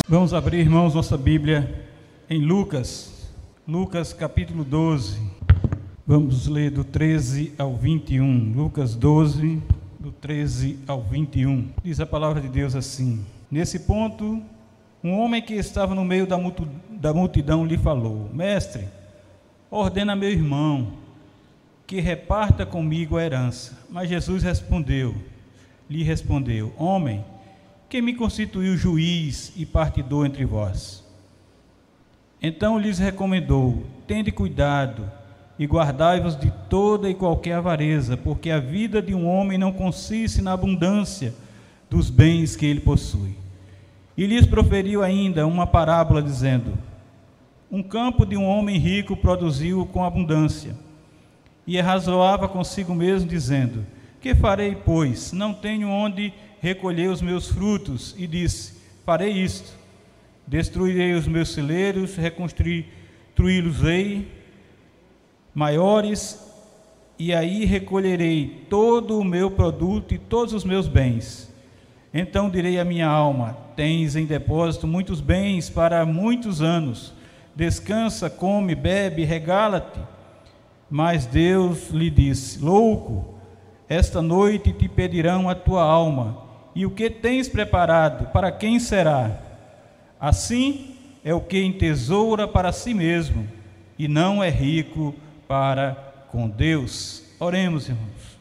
Vamos abrir, irmãos, nossa Bíblia em Lucas capítulo 12. Vamos ler do 13 ao 21. Lucas 12, do 13 ao 21. Diz a palavra de Deus assim: Nesse ponto, um homem que estava no meio da multidão lhe falou: Mestre, ordena a meu irmão que reparta comigo a herança. Mas Jesus lhe respondeu: Homem, quem me constituiu juiz e partidor entre vós? Então lhes recomendou: Tende cuidado e guardai-vos de toda e qualquer avareza, porque a vida de um homem não consiste na abundância dos bens que ele possui. E lhes proferiu ainda uma parábola, dizendo: Um campo de um homem rico produziu com abundância, e arrazoava consigo mesmo, dizendo: Que farei, pois? Não tenho onde recolher os meus frutos. E disse: Farei isto: destruirei os meus celeiros, reconstruí-los-ei maiores, e aí recolherei todo o meu produto e todos os meus bens. Então direi à minha alma: Tens em depósito muitos bens para muitos anos. Descansa, come, bebe, regala-te. Mas Deus lhe disse: Louco, esta noite te pedirão a tua alma, e o que tens preparado, para quem será? Assim é o que entesoura para si mesmo, e não é rico para com Deus. Oremos, irmãos.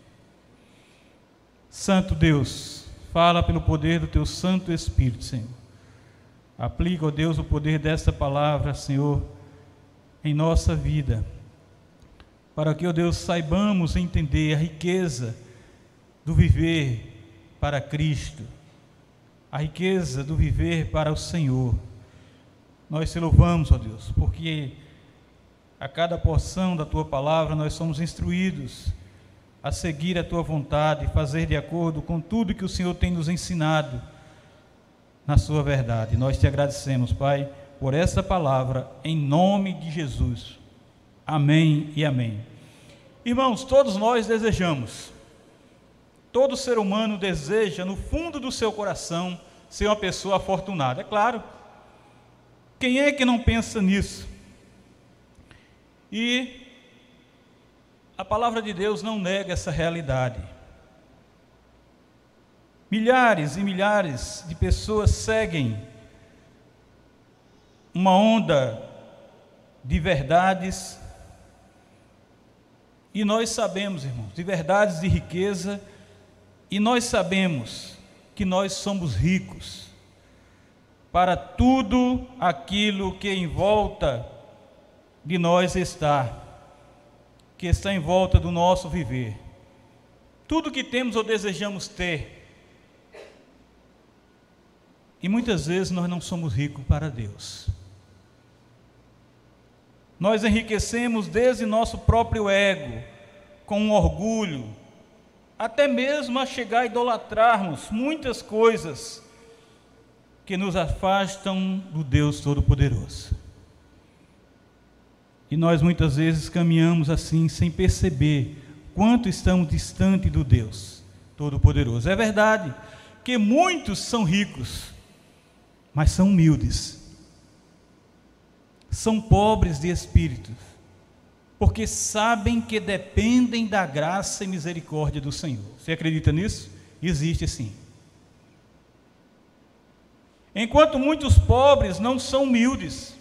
Santo Deus, fala pelo poder do teu Santo Espírito, Senhor. Aplica, ó Deus, o poder desta palavra, Senhor, em nossa vida, para que, ó Deus, saibamos entender a riqueza do viver para Cristo, a riqueza do viver para o Senhor. Nós te louvamos, ó Deus, porque a cada porção da Tua palavra nós somos instruídos a seguir a Tua vontade e fazer de acordo com tudo que o Senhor tem nos ensinado na Sua verdade. Nós te agradecemos, Pai, por essa palavra, em nome de Jesus. Amém e amém. Irmãos, todos nós desejamos, todo ser humano deseja, no fundo do seu coração, ser uma pessoa afortunada. É claro, quem é que não pensa nisso? E a palavra de Deus não nega essa realidade. Milhares e milhares de pessoas seguem uma onda de verdades, e nós sabemos, irmãos, de verdades de riqueza, e nós sabemos que nós somos ricos para tudo aquilo que em volta de nós está, que está em volta do nosso viver. Tudo que temos ou desejamos ter. E muitas vezes nós não somos ricos para Deus. Nós enriquecemos desde nosso próprio ego, com um orgulho, até mesmo a chegar a idolatrarmos muitas coisas que nos afastam do Deus Todo-Poderoso. E nós muitas vezes caminhamos assim, sem perceber quanto estamos distante do Deus Todo-Poderoso. É verdade que muitos são ricos, mas são humildes, são pobres de espírito, porque sabem que dependem da graça e misericórdia do Senhor. Você acredita nisso? Existe sim. Enquanto muitos pobres não são humildes,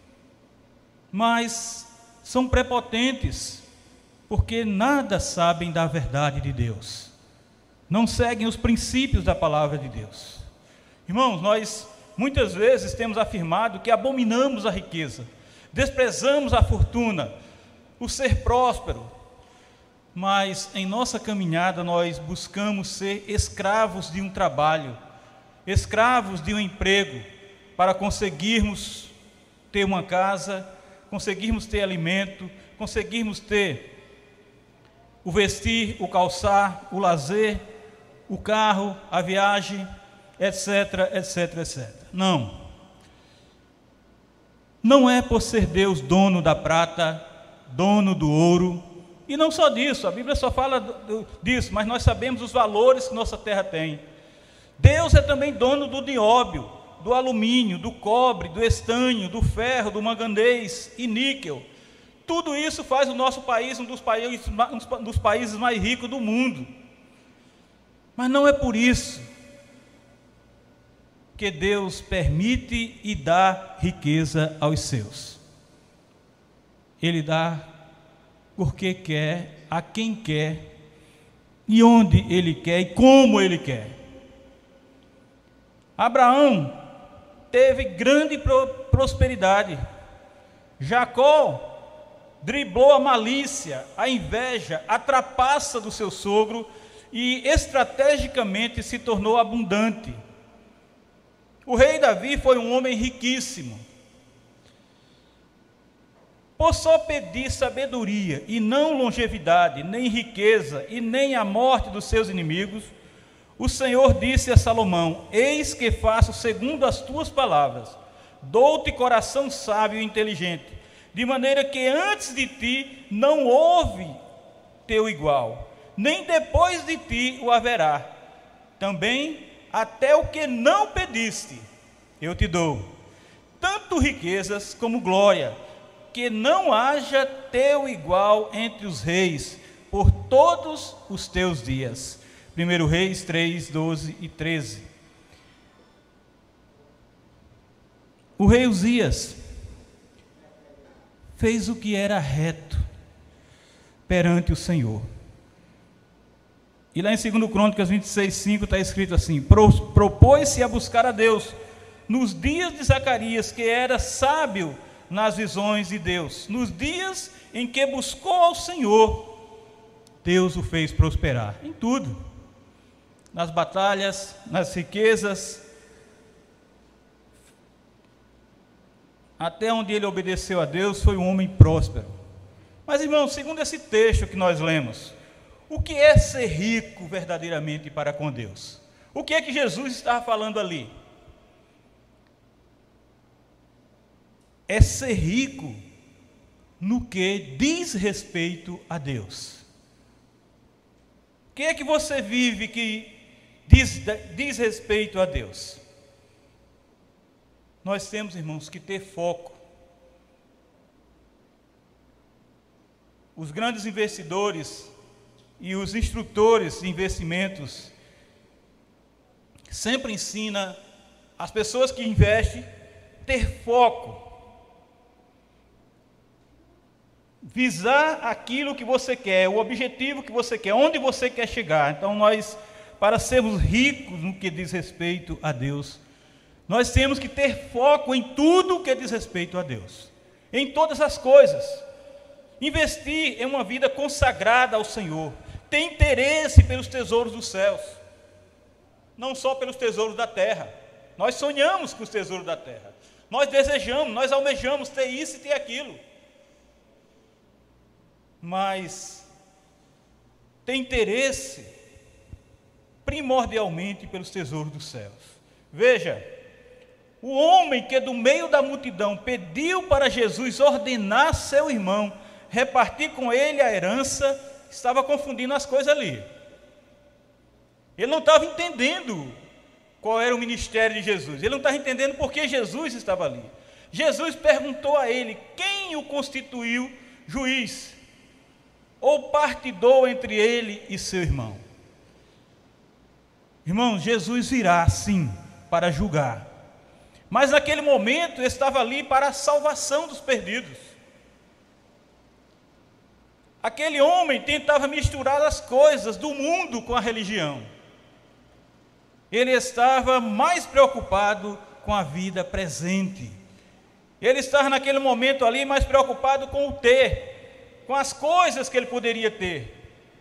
mas são prepotentes, porque nada sabem da verdade de Deus, não seguem os princípios da palavra de Deus. Irmãos, nós muitas vezes temos afirmado que abominamos a riqueza, desprezamos a fortuna, o ser próspero, mas em nossa caminhada nós buscamos ser escravos de um trabalho, escravos de um emprego, para conseguirmos ter uma casa, conseguirmos ter alimento, conseguirmos ter o vestir, o calçar, o lazer, o carro, a viagem, etc, etc, etc. Não é por ser Deus dono da prata, dono do ouro, e não só disso, a Bíblia só fala disso, mas nós sabemos os valores que nossa terra tem. Deus é também dono do nióbio, do alumínio, do cobre, do estanho, do ferro, do manganês e níquel. Tudo isso faz o nosso país um dos países mais ricos do mundo. Mas não é por isso que Deus permite e dá riqueza aos seus. Ele dá porque quer, a quem quer, e onde Ele quer e como Ele quer. Abraão teve grande prosperidade. Jacó driblou a malícia, a inveja, a trapaça do seu sogro e estrategicamente se tornou abundante. O rei Davi foi um homem riquíssimo. Por só pedir sabedoria e não longevidade, nem riqueza e nem a morte dos seus inimigos, o Senhor disse a Salomão: eis que faço segundo as tuas palavras, dou-te coração sábio e inteligente, de maneira que antes de ti não houve teu igual, nem depois de ti o haverá. Também até o que não pediste, eu te dou, tanto riquezas como glória, que não haja teu igual entre os reis, por todos os teus dias. 1 Reis 3, 12 e 13. O rei Uzias fez o que era reto perante o Senhor. E lá em 2 Crônicas 26, 5 está escrito assim: propôs-se a buscar a Deus nos dias de Zacarias, que era sábio nas visões de Deus. Nos dias em que buscou ao Senhor, Deus o fez prosperar em tudo, nas batalhas, nas riquezas, até onde ele obedeceu a Deus, foi um homem próspero. Mas, irmãos, segundo esse texto que nós lemos, o que é ser rico verdadeiramente para com Deus? O que é que Jesus estava falando ali? É ser rico no que diz respeito a Deus. O que é que você vive que diz respeito a Deus? Nós temos, irmãos, que ter foco. Os grandes investidores e os instrutores de investimentos sempre ensinam as pessoas que investem ter foco, visar aquilo que você quer, o objetivo que você quer, onde você quer chegar. Então nós, para sermos ricos no que diz respeito a Deus, nós temos que ter foco em tudo o que diz respeito a Deus, em todas as coisas. Investir em uma vida consagrada ao Senhor, ter interesse pelos tesouros dos céus, não só pelos tesouros da terra. Nós sonhamos com os tesouros da terra, nós desejamos, nós almejamos ter isso e ter aquilo, mas ter interesse primordialmente pelos tesouros dos céus. Veja, o homem que do meio da multidão pediu para Jesus ordenar seu irmão repartir com ele a herança, estava confundindo as coisas ali. Ele não estava entendendo qual era o ministério de Jesus, ele não estava entendendo por que Jesus estava ali. Jesus perguntou a ele: quem o constituiu juiz ou partidor entre ele e seu irmão? Irmão, Jesus virá sim para julgar, mas naquele momento estava ali para a salvação dos perdidos. Aquele homem tentava misturar as coisas do mundo com a religião. Ele estava mais preocupado com a vida presente. Ele estava naquele momento ali mais preocupado com o ter, com as coisas que ele poderia ter.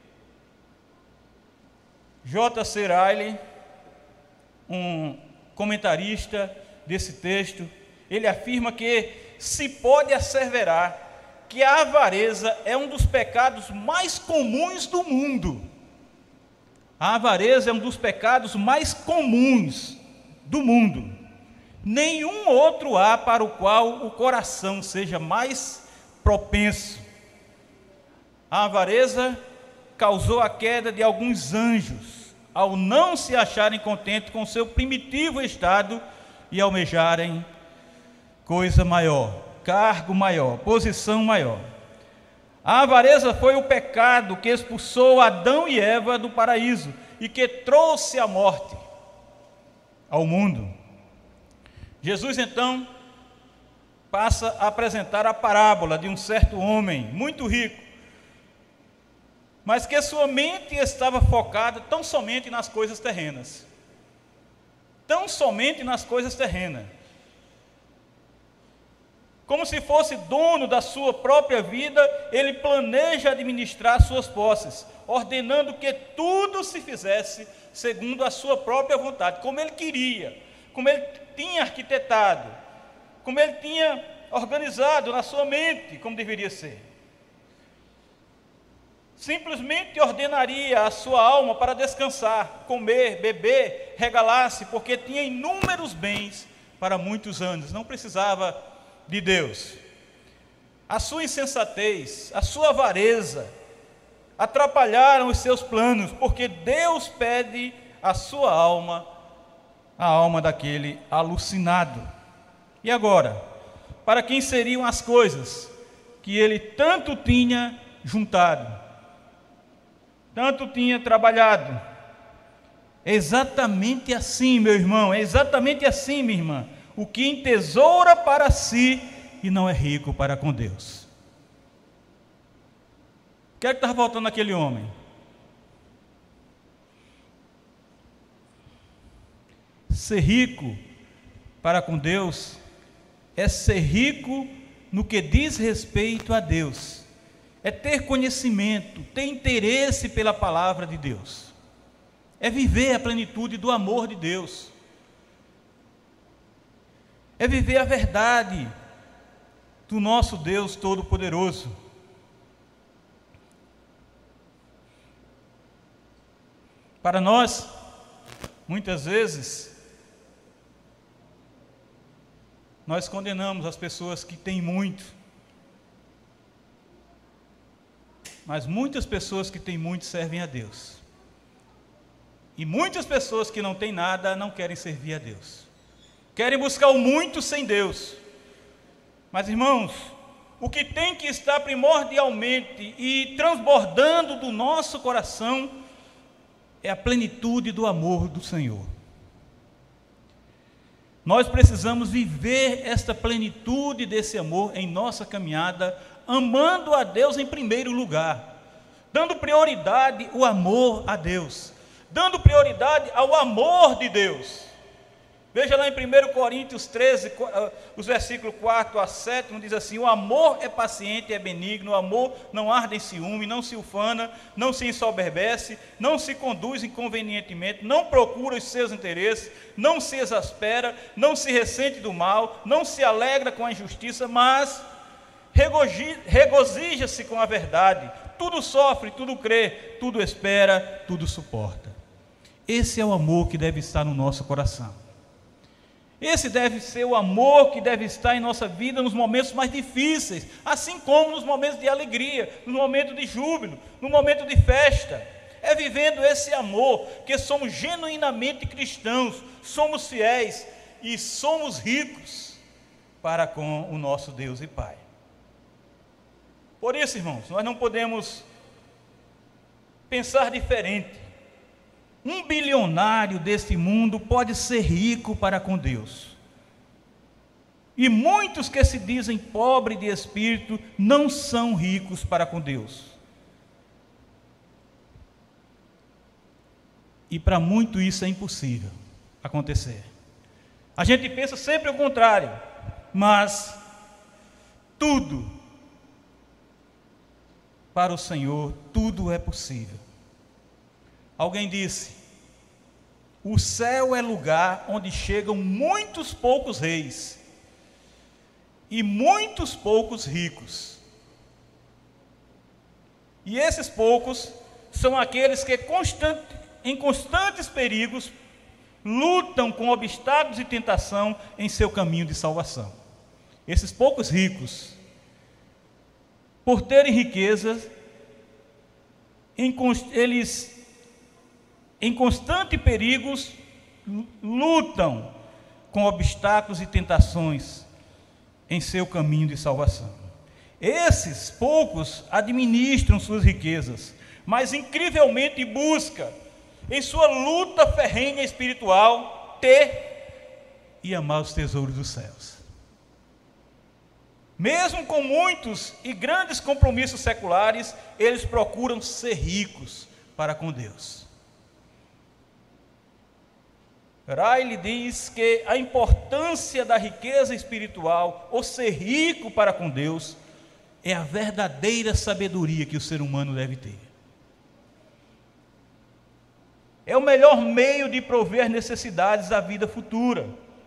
J.C. Ryle, um comentarista desse texto, ele afirma que se pode asseverar que a avareza é um dos pecados mais comuns do mundo. A avareza é um dos pecados mais comuns do mundo. Nenhum outro há para o qual o coração seja mais propenso. A avareza causou a queda de alguns anjos, ao não se acharem contentes com seu primitivo estado e almejarem coisa maior, cargo maior, posição maior. A avareza foi o pecado que expulsou Adão e Eva do paraíso e que trouxe a morte ao mundo. Jesus então passa a apresentar a parábola de um certo homem muito rico, mas que sua mente estava focada tão somente nas coisas terrenas. Tão somente nas coisas terrenas. Como se fosse dono da sua própria vida, ele planeja administrar suas posses, ordenando que tudo se fizesse segundo a sua própria vontade, como ele queria, como ele tinha arquitetado, como ele tinha organizado na sua mente, como deveria ser. Simplesmente ordenaria a sua alma para descansar, comer, beber, regalar-se, porque tinha inúmeros bens para muitos anos, não precisava de Deus. A sua insensatez, a sua avareza atrapalharam os seus planos, porque Deus pede a sua alma, a alma daquele alucinado. E agora, para quem seriam as coisas que ele tanto tinha juntado, tanto tinha trabalhado? Exatamente assim, meu irmão, é exatamente assim, minha irmã. O que entesoura para si e não é rico para com Deus. O que é que estava faltando naquele homem? Ser rico para com Deus é ser rico no que diz respeito a Deus. É ter conhecimento, ter interesse pela palavra de Deus. É viver a plenitude do amor de Deus. É viver a verdade do nosso Deus Todo-Poderoso. Para nós, muitas vezes, nós condenamos as pessoas que têm muito, mas muitas pessoas que têm muito servem a Deus, e muitas pessoas que não têm nada não querem servir a Deus, querem buscar o muito sem Deus. Mas, irmãos, o que tem que estar primordialmente e transbordando do nosso coração é a plenitude do amor do Senhor. Nós precisamos viver esta plenitude desse amor em nossa caminhada, amando a Deus em primeiro lugar, dando prioridade ao amor a Deus, dando prioridade ao amor de Deus. Veja lá em 1 Coríntios 13, os versículos 4 a 7, diz assim: o amor é paciente, é benigno, o amor não arde em ciúme, não se ufana, não se ensoberbece, não se conduz inconvenientemente, não procura os seus interesses, não se exaspera, não se ressente do mal, não se alegra com a injustiça, mas regozija-se com a verdade, tudo sofre, tudo crê, tudo espera, tudo suporta. Esse é o amor que deve estar no nosso coração. Esse deve ser o amor que deve estar em nossa vida nos momentos mais difíceis, assim como nos momentos de alegria, no momento de júbilo, no momento de festa. É vivendo esse amor que somos genuinamente cristãos, somos fiéis e somos ricos para com o nosso Deus e Pai. Por isso, irmãos, nós não podemos pensar diferente. Um bilionário deste mundo pode ser rico para com Deus. E muitos que se dizem pobres de espírito não são ricos para com Deus. E para muito isso é impossível acontecer. A gente pensa sempre o contrário, mas tudo para o Senhor, tudo é possível. Alguém disse: o céu é lugar onde chegam muitos poucos reis e muitos poucos ricos. E esses poucos são aqueles que em constantes perigos lutam com obstáculos e tentação em seu caminho de salvação. Esses poucos ricos, por terem riquezas, eles em constante perigos lutam com obstáculos e tentações em seu caminho de salvação. Esses poucos administram suas riquezas, mas incrivelmente busca, em sua luta ferrenha espiritual, ter e amar os tesouros dos céus. Mesmo com muitos e grandes compromissos seculares, eles procuram ser ricos para com Deus. Riley diz que a importância da riqueza espiritual, ou ser rico para com Deus, é a verdadeira sabedoria que o ser humano deve ter. É o melhor meio de prover as necessidades da vida futura.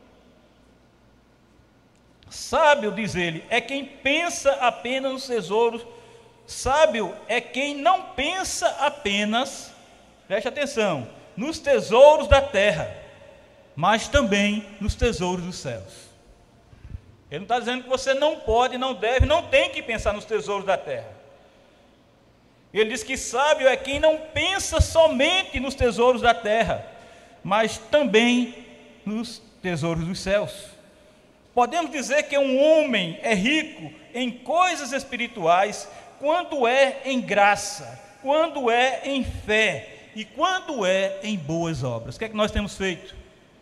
Sábio, diz ele, é quem pensa apenas nos tesouros. Sábio é quem não pensa apenas, preste atenção, nos tesouros da terra, mas também nos tesouros dos céus. Ele não está dizendo que você não pode, não deve, não tem que pensar nos tesouros da terra. Ele diz que sábio é quem não pensa somente nos tesouros da terra, mas também nos tesouros dos céus. Podemos dizer que um homem é rico em coisas espirituais quando é em graça, quando é em fé e quando é em boas obras. O que é que nós temos feito?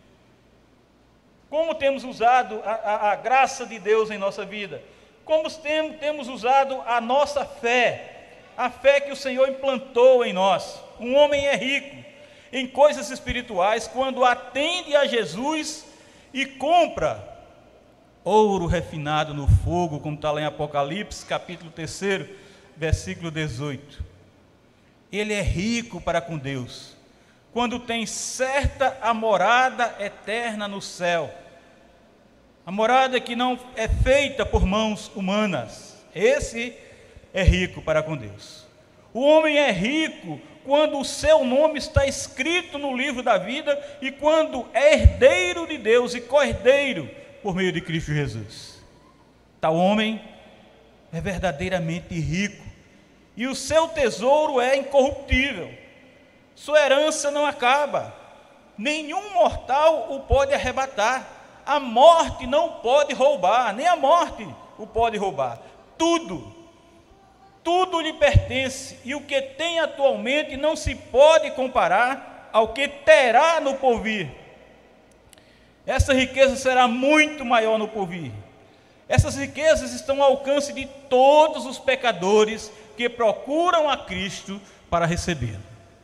Como temos usado a graça de Deus em nossa vida? Como temos usado a nossa fé? A fé que o Senhor implantou em nós. Um homem é rico em coisas espirituais quando atende a Jesus e compra ouro refinado no fogo, como está lá em Apocalipse, capítulo 3, versículo 18. Ele é rico para com Deus quando tem certa a morada eterna no céu, a morada que não é feita por mãos humanas. Esse é rico para com Deus. O homem é rico quando o seu nome está escrito no livro da vida e quando é herdeiro de Deus e co-herdeiro por meio de Cristo Jesus. Tal homem é verdadeiramente rico e o seu tesouro é incorruptível. Sua herança não acaba. Nenhum mortal o pode arrebatar. A morte não pode roubar, nem a morte o pode roubar. Tudo lhe pertence, e o que tem atualmente não se pode comparar ao que terá no porvir. Essa riqueza será muito maior no porvir. Essas riquezas estão ao alcance de todos os pecadores que procuram a Cristo para recebê-lo.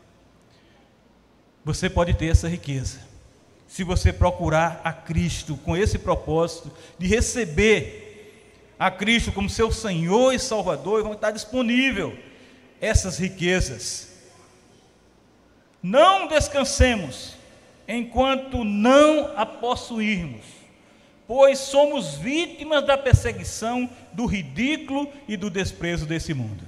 Você pode ter essa riqueza se você procurar a Cristo com esse propósito de receber a Cristo como seu Senhor e Salvador, e vão estar disponível essas riquezas. Não descansemos enquanto não a possuirmos, pois somos vítimas da perseguição, do ridículo e do desprezo desse mundo.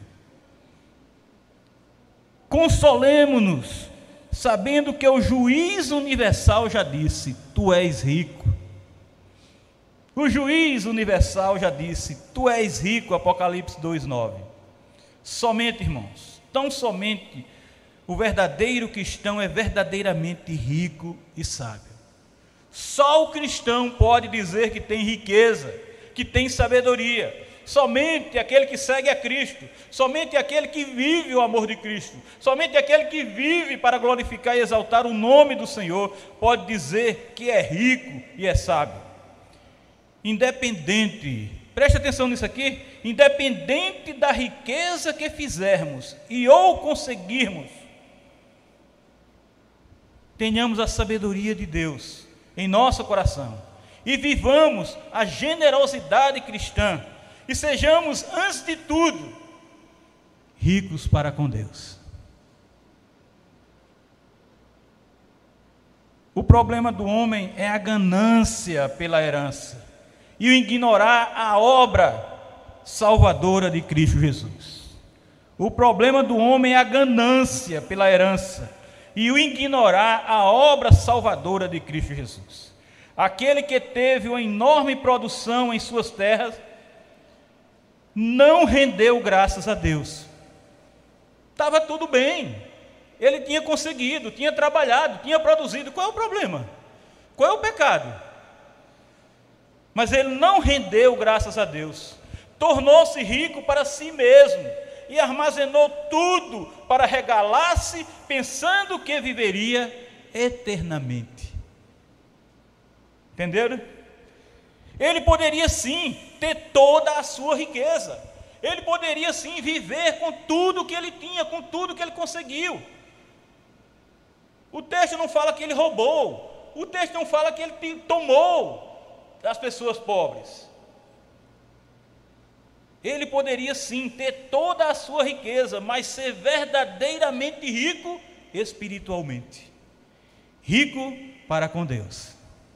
Consolemo-nos, sabendo que o juiz universal já disse: tu és rico. O juiz universal já disse: tu és rico, Apocalipse 2:9. Somente, irmãos, tão somente o verdadeiro cristão é verdadeiramente rico e sábio. Só o cristão pode dizer que tem riqueza, que tem sabedoria. Somente aquele que segue a Cristo, somente aquele que vive o amor de Cristo, somente aquele que vive para glorificar e exaltar o nome do Senhor, pode dizer que é rico e é sábio. Independente, preste atenção nisso aqui, independente da riqueza que fizermos e ou conseguirmos, tenhamos a sabedoria de Deus em nosso coração e vivamos a generosidade cristã e sejamos, antes de tudo, ricos para com Deus. O problema do homem é a ganância pela herança e o ignorar a obra salvadora de Cristo Jesus. O problema do homem é a ganância pela herança e o ignorar a obra salvadora de Cristo Jesus. Aquele que teve uma enorme produção em suas terras não rendeu graças a Deus. Estava tudo bem, ele tinha conseguido, tinha trabalhado, tinha produzido. Qual é o problema? Qual é o pecado? Mas ele não rendeu graças a Deus, tornou-se rico para si mesmo e armazenou tudo para regalar-se, pensando que viveria eternamente. Entenderam? Ele poderia sim ter toda a sua riqueza, ele poderia sim viver com tudo que ele tinha, com tudo que ele conseguiu. O texto não fala que ele roubou, o texto não fala que ele tomou das pessoas pobres. Ele poderia sim ter toda a sua riqueza, mas ser verdadeiramente rico espiritualmente, rico para com Deus.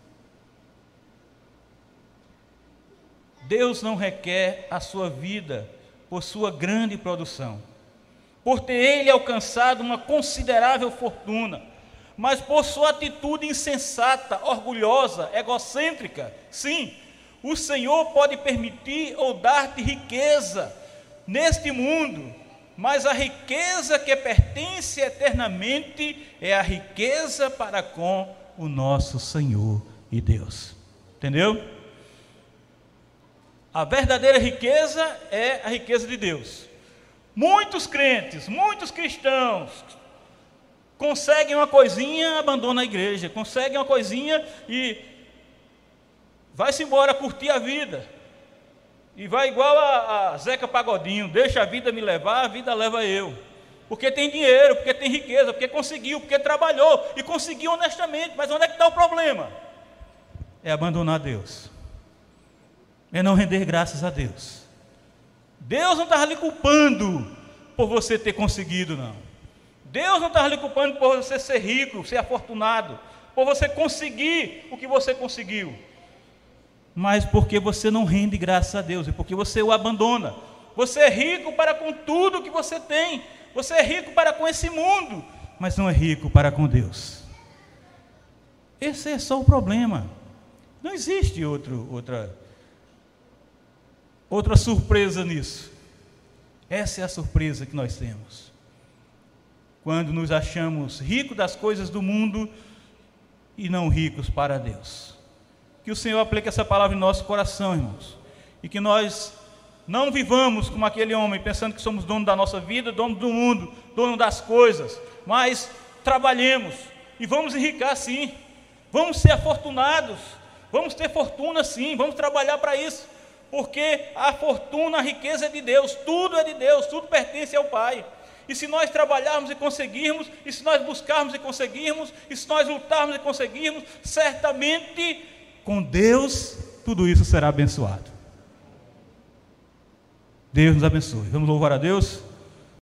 Deus não requer a sua vida por sua grande produção, por ter ele alcançado uma considerável fortuna, mas por sua atitude insensata, orgulhosa, egocêntrica. Sim, o Senhor pode permitir ou dar-te riqueza neste mundo, mas a riqueza que pertence eternamente é a riqueza para com o nosso Senhor e Deus. Entendeu? A verdadeira riqueza é a riqueza de Deus. Muitos crentes, muitos cristãos conseguem uma coisinha, abandonam a igreja, conseguem uma coisinha e vai-se embora curtir a vida, e vai igual a Zeca Pagodinho, deixa a vida me levar, a vida leva eu, porque tem dinheiro, porque tem riqueza, porque conseguiu, porque trabalhou, e conseguiu honestamente. Mas onde é que está o problema? É abandonar Deus, é não render graças a Deus. Deus não estava lhe culpando por você ter conseguido, não. Deus não estava lhe culpando por você ser rico, ser afortunado, por você conseguir o que você conseguiu, mas porque você não rende graças a Deus, e porque você o abandona. Você é rico para com tudo que você tem, você é rico para com esse mundo, mas não é rico para com Deus. Esse é só o problema. Não existe outra surpresa nisso. Essa é a surpresa que nós temos quando nos achamos ricos das coisas do mundo e não ricos para Deus. Que o Senhor aplique essa palavra em nosso coração, irmãos, e que nós não vivamos como aquele homem, pensando que somos dono da nossa vida, dono do mundo, dono das coisas, mas trabalhemos e vamos enriquecer sim, vamos ser afortunados, vamos ter fortuna sim, vamos trabalhar para isso, porque a fortuna, a riqueza é de Deus, tudo é de Deus, tudo pertence ao Pai. E se nós trabalharmos e conseguirmos, e se nós buscarmos e conseguirmos, e se nós lutarmos e conseguirmos, certamente com Deus tudo isso será abençoado. Deus nos abençoe. Vamos louvar a Deus.